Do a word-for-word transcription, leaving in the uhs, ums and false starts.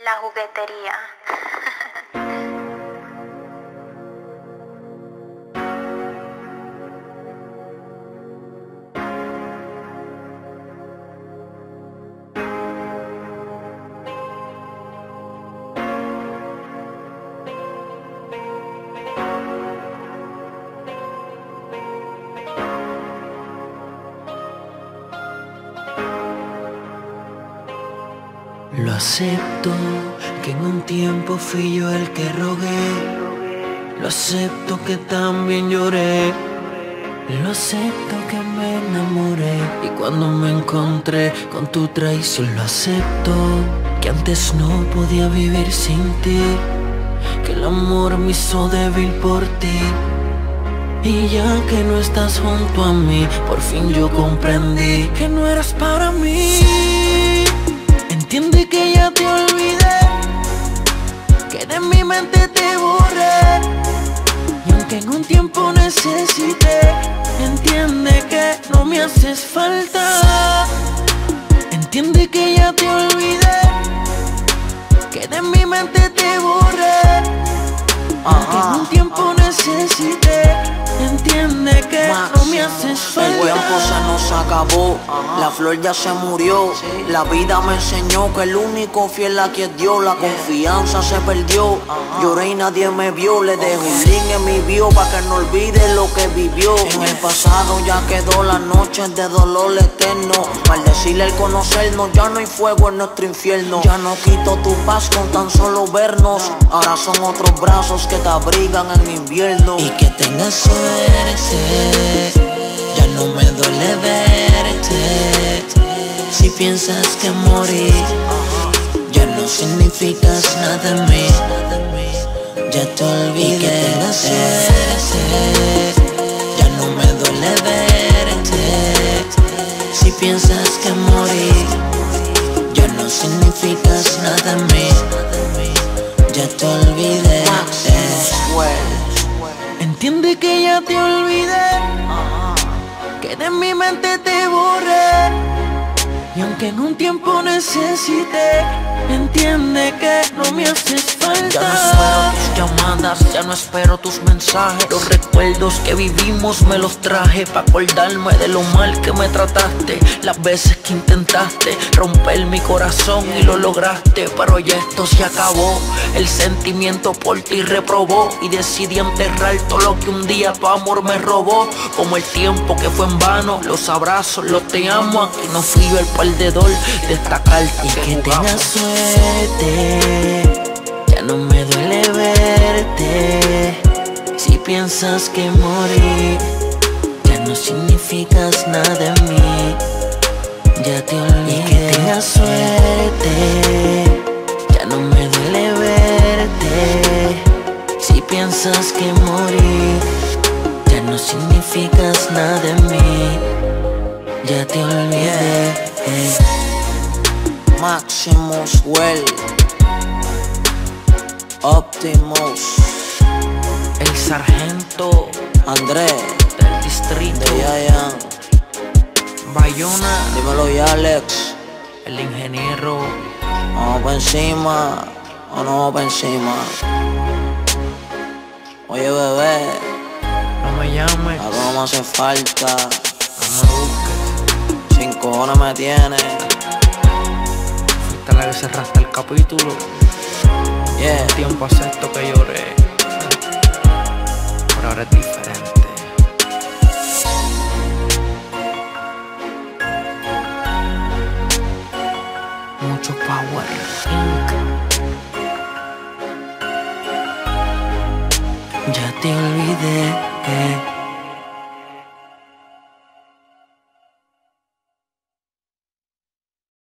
La juguetería. Lo acepto, que en un tiempo fui yo el que rogué. Lo acepto que también lloré. Lo acepto que me enamoré. Y cuando me encontré con tu traición, lo acepto, que antes no podía vivir sin ti, que el amor me hizo débil por ti. Y ya que no estás junto a mí, por fin yo comprendí que no eras para mí. Entiende que ya te olvidé, que de mi mente te borré. Y aunque en un tiempo necesité, entiende que no me haces falta. Entiende que ya te olvidé, que de mi mente te borré. Aunque en un tiempo necesité, entiende que no me haces falta. El tiempo se nos acabó, la flor ya se murió. La vida me enseñó que el único fiel aquí es Dios. La confianza se perdió, lloré y nadie me vio. Le dejé un link en mi bio pa' que no olvide lo que vivió. En el pasado ya quedó la noche de dolor eterno. Maldecirle el conocernos, ya no hay fuego en nuestro infierno. Ya no quito tu paz con tan solo vernos. Ahora son otros brazos que te abrigan en invierno. Y que tengas suerte, ya no me duele verte. Si piensas que morir ya no significas nada en mí, ya te olvidé. Y que tengas suerte, ya no me duele verte. Si piensas que morir ya no significas nada en mí, ya te olvidé. Entiende que ya te olvidé, que de mi mente te borré. Y aunque en un tiempo necesité, entiende que no me haces falta. Ya no espero tus llamadas, ya no espero tus mensajes. Los recuerdos que vivimos me los traje pa' acordarme de lo mal que me trataste. Las veces que intentaste romper mi corazón y lo lograste, pero ya esto se acabó. El sentimiento por ti reprobó y decidí enterrar todo lo que un día tu amor me robó. Como el tiempo que fue en vano, los abrazos, los te amo. Aquí no fui yo el perdedor de esta carta. Y que tengas suerte, ya no me duele verte. Si piensas que morir ya no significas nada en mí, ya te olvidé. Y que tengas suerte, ya no me duele verte. Si piensas que morir ya no significas nada en mí, ya te olvidé. Maximus Well, Optimus, El sargento André, del distrito de Yayan, Bayona, dímelo ya Alex. el ingeniero. Vamos pa' encima, o no vamos pa' encima. Oye bebé, No me llames, algo no me hace falta. no me busques. Sin cojones me tienes. Fuiste la que cerraste el capítulo. Yeah. Un tiempo acepto que lloré, pero ahora es diferente. Mucho power, Inc. Ya te olvidé.